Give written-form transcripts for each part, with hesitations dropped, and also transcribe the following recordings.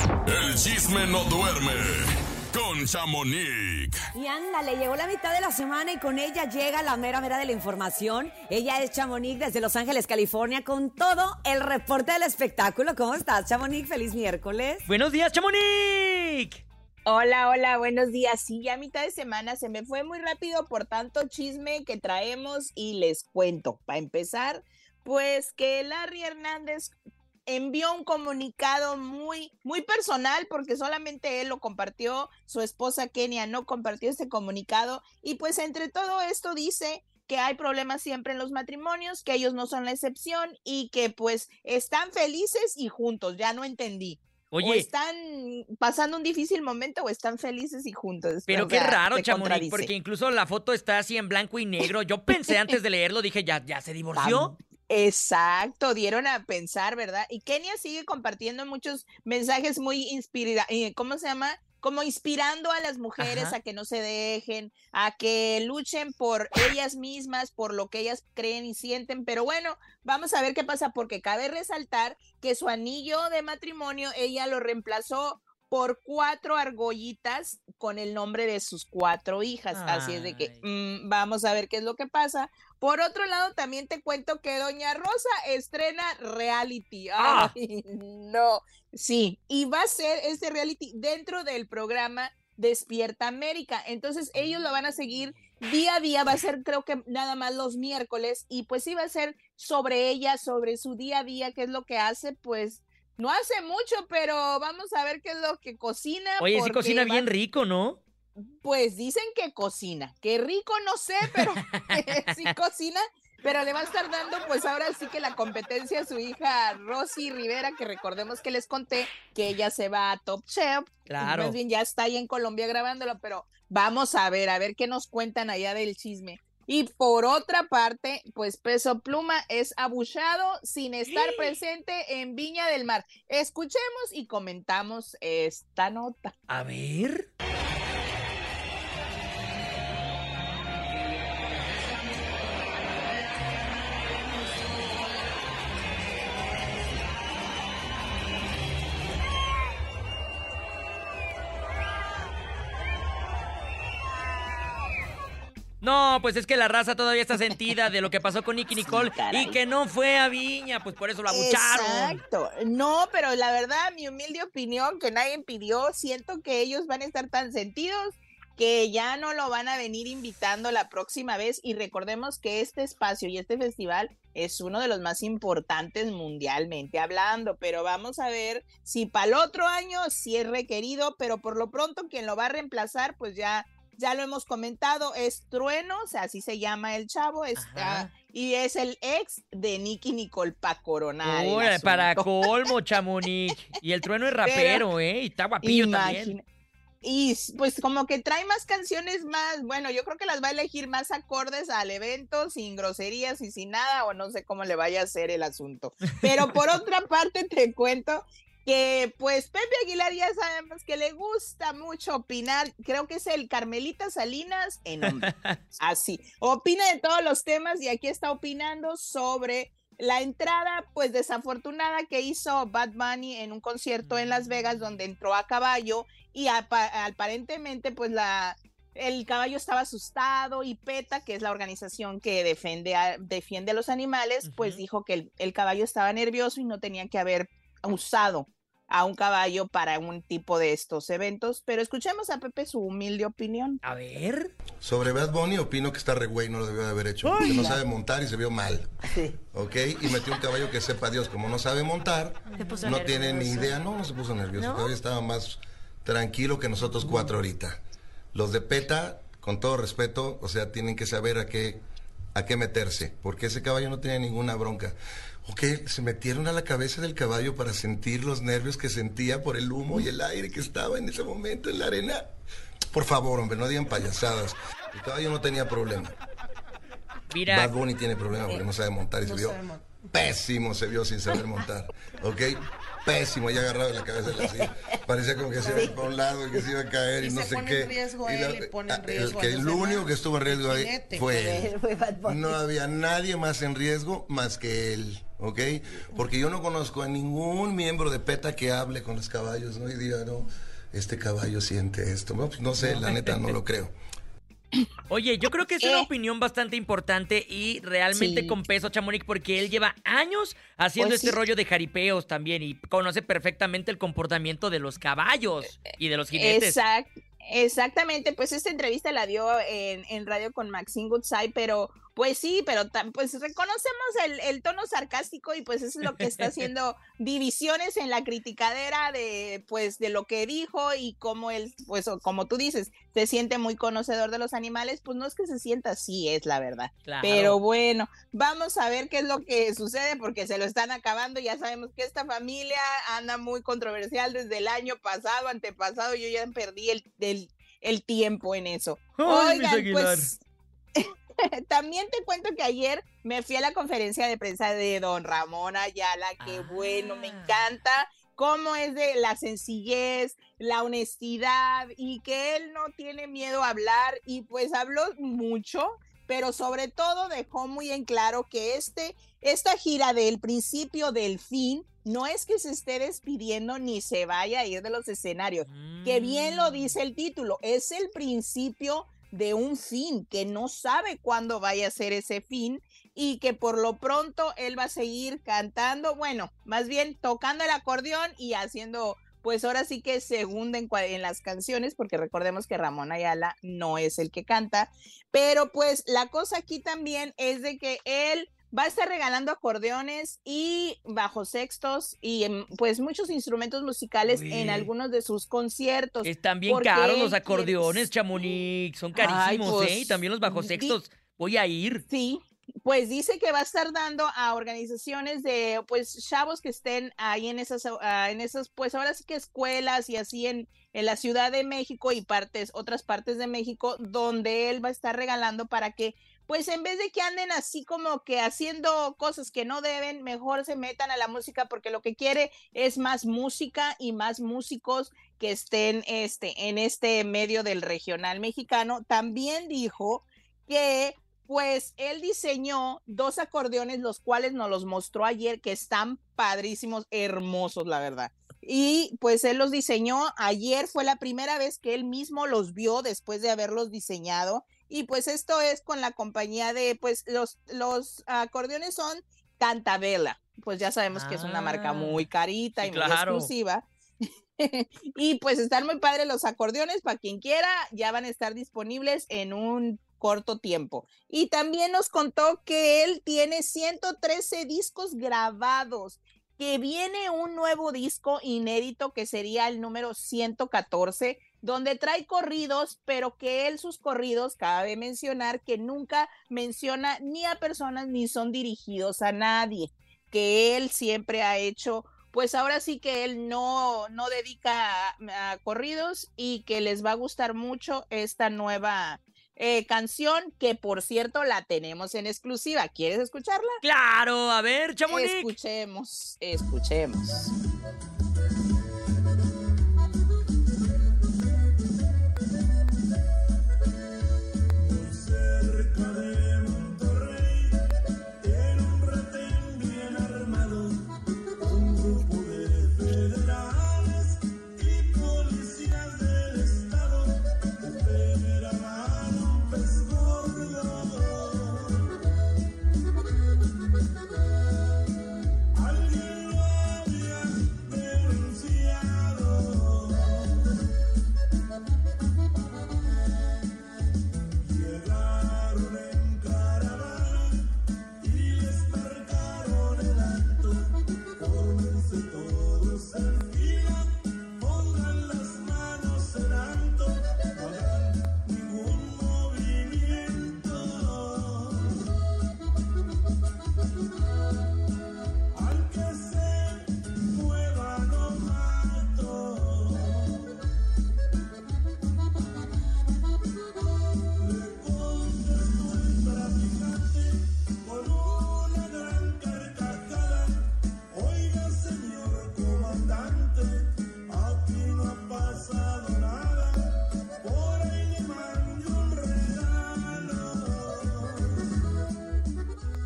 El chisme no duerme con Chamonix. Y ándale, llegó la mitad de la semana y con ella llega la mera de la información. Ella es Chamonix desde Los Ángeles, California, con todo el reporte del espectáculo. ¿Cómo estás, Chamonix? Feliz miércoles. Buenos días, Chamonix. Hola, buenos días. Sí, ya mitad de semana se me fue muy rápido por tanto chisme que traemos y les cuento. Para empezar, pues que Larry Hernández envió un comunicado muy personal porque solamente él lo compartió, su esposa Kenia no compartió este comunicado y pues entre todo esto dice que hay problemas siempre en los matrimonios, que ellos no son la excepción y que pues están felices y juntos, ya no entendí. Oye, o están pasando un difícil momento o están felices y juntos. pero O qué sea, raro, se Chamonix, contradice. porque incluso la foto está así en blanco y negro. Yo pensé antes de leerlo, dije, ¿ya se divorció? Exacto, dieron a pensar, ¿verdad? Y Kenia sigue compartiendo muchos mensajes muy ¿cómo se llama? Como inspirando a las mujeres Ajá. a que no se dejen, a que luchen por ellas mismas, por lo que ellas creen y sienten. Pero bueno, vamos a ver qué pasa, porque cabe resaltar que su anillo de matrimonio, ella lo reemplazó por 4 argollitas con el nombre de sus 4 hijas. Así es de que vamos a ver qué es lo que pasa. Por otro lado, también te cuento que Doña Rosa estrena reality. Ay, no. Sí, y va a ser este reality dentro del programa Despierta América. Entonces, ellos lo van a seguir día a día, va a ser creo que nada más los miércoles, y pues sí va a ser sobre ella, sobre su día a día, qué es lo que hace, pues no hace mucho, pero vamos a ver qué es lo que cocina. Oye, sí porque cocina bien rico, ¿no? pues dicen que cocina, que rico no sé, pero sí cocina, pero le va a estar dando pues ahora sí que la competencia a su hija Rosy Rivera, que recordemos que les conté que ella se va a Top Chef, Claro. más bien ya está ahí en Colombia grabándolo, pero vamos a ver qué nos cuentan allá del chisme. Y por otra parte, pues Peso Pluma es abuchado sin estar presente en Viña del Mar. Escuchemos y comentamos esta nota. A ver. No, pues es que la raza todavía está sentida de lo que pasó con Nicki Nicole y que no fue a Viña, pues por eso la abucharon. Exacto. No, pero la verdad, mi humilde opinión, que nadie pidió, siento que ellos van a estar tan sentidos que ya no lo van a venir invitando la próxima vez. Y recordemos que este espacio y este festival es uno de los más importantes mundialmente hablando, pero vamos a ver si para el otro año sí es requerido, pero por lo pronto quien lo va a reemplazar, pues ya lo hemos comentado, es Trueno, o sea, así se llama el chavo, y es el ex de Nicki Nicole para coronar. Uy, para colmo, Chamonix. Y el Trueno es rapero, y está guapillo también. Y pues como que trae más canciones más, bueno, yo creo que las va a elegir más acordes al evento, sin groserías y sin nada, o no sé cómo le vaya a hacer el asunto. Pero por otra parte te cuento que pues Pepe Aguilar ya sabemos que le gusta mucho opinar, creo que es el Carmelita Salinas en hombre, así, opina de todos los temas y aquí está opinando sobre la entrada pues desafortunada que hizo Bad Bunny en un concierto en Las Vegas donde entró a caballo y aparentemente pues el caballo estaba asustado y PETA, que es la organización que defiende a los animales, pues dijo que el caballo estaba nervioso y no tenía que haber usado a un caballo para un tipo de estos eventos, pero escuchemos a Pepe su humilde opinión. A ver. Sobre Bad Bunny opino que está re güey, no lo debió de haber hecho, porque no sabe montar y se vio mal, ¿ok? Y metió un caballo que sepa Dios, como no sabe montar, no tiene ni idea, no se puso nervioso, el caballo estaba más tranquilo que nosotros 4 ahorita. Los de PETA, con todo respeto, o sea, tienen que saber a qué meterse, porque ese caballo no tenía ninguna bronca. Ok, se metieron a la cabeza del caballo para sentir los nervios que sentía por el humo y el aire que estaba en ese momento en la arena. Por favor, hombre, no digan payasadas. El caballo no tenía problema. Mira. Bad Bunny tiene problema porque no sabe montar y se vio pésimo, se vio sin saber montar. ¿Ok? Pésimo, ya agarrado en la cabeza de la silla. Parecía como que se iba para un lado y que se iba a caer y no sé qué. El único que estuvo en riesgo ahí fue él. No había nadie más en riesgo más que él. ¿ok? Porque yo no conozco a ningún miembro de PETA que hable con los caballos, ¿no? Y diga, no, este caballo siente esto. No, pues no sé, la neta, no lo creo. Oye, yo creo que es una opinión bastante importante y realmente con peso, Chamonix, porque él lleva años haciendo Pues este sí. rollo de jaripeos también y conoce perfectamente el comportamiento de los caballos y de los jinetes. Exactamente, pues esta entrevista la dio en radio con Maxine Goodside, pero pues sí, pero pues reconocemos el tono sarcástico y pues eso es lo que está haciendo divisiones en la criticadera de pues de lo que dijo y cómo él, pues como tú dices, se siente muy conocedor de los animales, pues no es que se sienta así, es la verdad. Claro. Pero bueno, vamos a ver qué es lo que sucede porque se lo están acabando, ya sabemos que esta familia anda muy controversial desde el año pasado, antepasado, yo ya perdí el tiempo en eso. Ay, mis Oigan, Aguilar. pues también te cuento que ayer me fui a la conferencia de prensa de don Ramón Ayala, que bueno, me encanta cómo es de la sencillez, la honestidad y que él no tiene miedo a hablar y pues habló mucho, pero sobre todo dejó muy en claro que esta gira del principio del fin no es que se esté despidiendo ni se vaya a ir de los escenarios, que bien lo dice el título, es el principio de un fin, que no sabe cuándo vaya a ser ese fin y que por lo pronto él va a seguir cantando, bueno, más bien tocando el acordeón y haciendo, pues ahora sí que segunda en las canciones, porque recordemos que Ramón Ayala no es el que canta, pero pues la cosa aquí también es de que él va a estar regalando acordeones y bajos sextos y pues muchos instrumentos musicales en algunos de sus conciertos. Están bien caros los acordeones, Chamonix. Son carísimos, pues, Y también los bajos sextos. Voy a ir. Sí, pues dice que va a estar dando a organizaciones de pues chavos que estén ahí en esas pues ahora sí que escuelas y así en la Ciudad de México y otras partes de México donde él va a estar regalando para que pues en vez de que anden así como que haciendo cosas que no deben, mejor se metan a la música porque lo que quiere es más música y más músicos que estén en este medio del regional mexicano. También dijo que pues él diseñó 2 acordeones, los cuales nos los mostró ayer, que están padrísimos, hermosos, la verdad. Y pues él los diseñó, ayer fue la primera vez que él mismo los vio después de haberlos diseñado. Y pues esto es con la compañía de, pues los acordeones son Cantabella, pues ya sabemos que es una marca muy carita sí, y muy claro. exclusiva. Y pues están muy padres los acordeones, para quien quiera, ya van a estar disponibles en un corto tiempo. Y también nos contó que él tiene 113 discos grabados, que viene un nuevo disco inédito que sería el número 114, donde trae corridos, pero que él sus corridos, cabe mencionar que nunca menciona ni a personas ni son dirigidos a nadie, que él siempre ha hecho, pues ahora sí que él no dedica a corridos y que les va a gustar mucho esta nueva canción, que por cierto la tenemos en exclusiva. ¿Quieres escucharla? Claro, a ver, Chamonix. Escuchemos.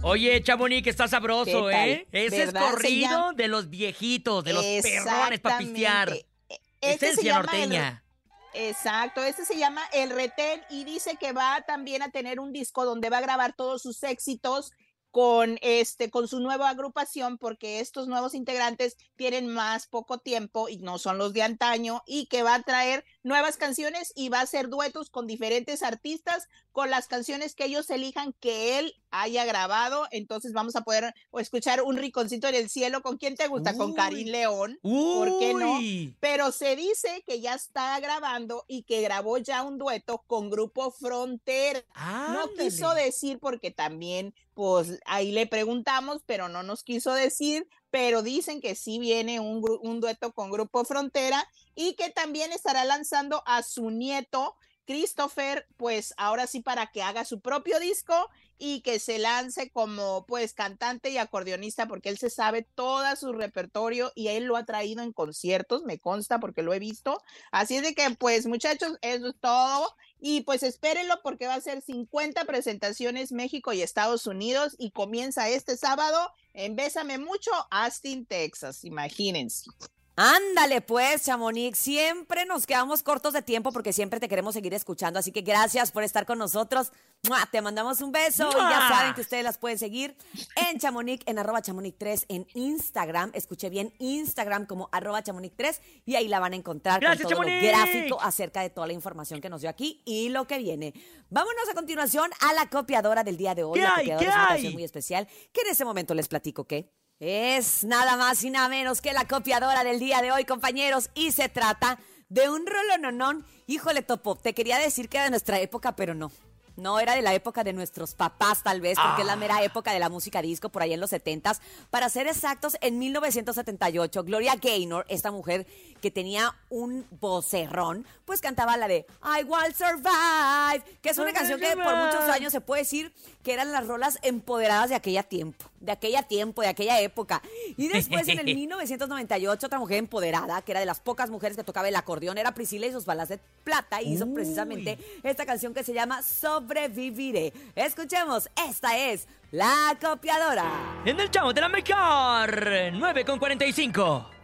Oye, Chamonix, que está sabroso, ¿eh? Ese es ¿verdad? corrido de los viejitos, de los perrones para pistear. Esencia norteña. Exacto, este se llama El Retén y dice que va también a tener un disco donde va a grabar todos sus éxitos con su nueva agrupación, porque estos nuevos integrantes tienen más poco tiempo y no son los de antaño, y que va a traer nuevas canciones y va a hacer duetos con diferentes artistas con las canciones que ellos elijan que él haya grabado. Entonces vamos a poder escuchar Un Rinconcito en el Cielo. ¿Con quién te gusta? Con Karin León. ¿Por qué no? Pero se dice que ya está grabando y que grabó ya un dueto con Grupo Frontera. No quiso decir porque también, pues ahí le preguntamos, pero no nos quiso decir, pero dicen que sí viene un dueto con Grupo Frontera y que también estará lanzando a su nieto, Christopher, pues ahora sí para que haga su propio disco y que se lance como pues cantante y acordeonista, porque él se sabe todo su repertorio y él lo ha traído en conciertos, me consta porque lo he visto. Así es de que pues muchachos, eso es todo. Y pues espérenlo porque va a ser 50 presentaciones México y Estados Unidos y comienza este sábado en Bésame Mucho, Austin, Texas, imagínense. Ándale pues, Chamonix, siempre nos quedamos cortos de tiempo porque siempre te queremos seguir escuchando, así que gracias por estar con nosotros. ¡Mua! Te mandamos un beso. ¡Mua! Y ya saben que ustedes las pueden seguir en Chamonix, en @Chamonix3 en Instagram. Escuché bien, Instagram como @Chamonix3 y ahí la van a encontrar. Gracias, con todo Chamonix. Lo gráfico acerca de toda la información que nos dio aquí y lo que viene. Vámonos a continuación a la copiadora del día de hoy. La copiadora es una canción muy especial que en ese momento les platico que es nada más y nada menos que la copiadora del día de hoy, compañeros, y se trata de un rolononón. Híjole, Topo, te quería decir que era de nuestra época, pero no. No, era de la época de nuestros papás, tal vez, porque es la mera época de la música disco, por ahí en los 70s. Para ser exactos, en 1978, Gloria Gaynor, esta mujer que tenía un vocerrón, pues cantaba la de I Will Survive, que es una canción que por muchos años se puede decir que eran las rolas empoderadas de aquella época. Y después, en el 1998, otra mujer empoderada, que era de las pocas mujeres que tocaba el acordeón, era Priscila y sus balas de plata, y hizo precisamente esta canción que se llama Sobreviviré. Escuchemos, esta es La Copiadora. En el chavo de la mejor, 9:45.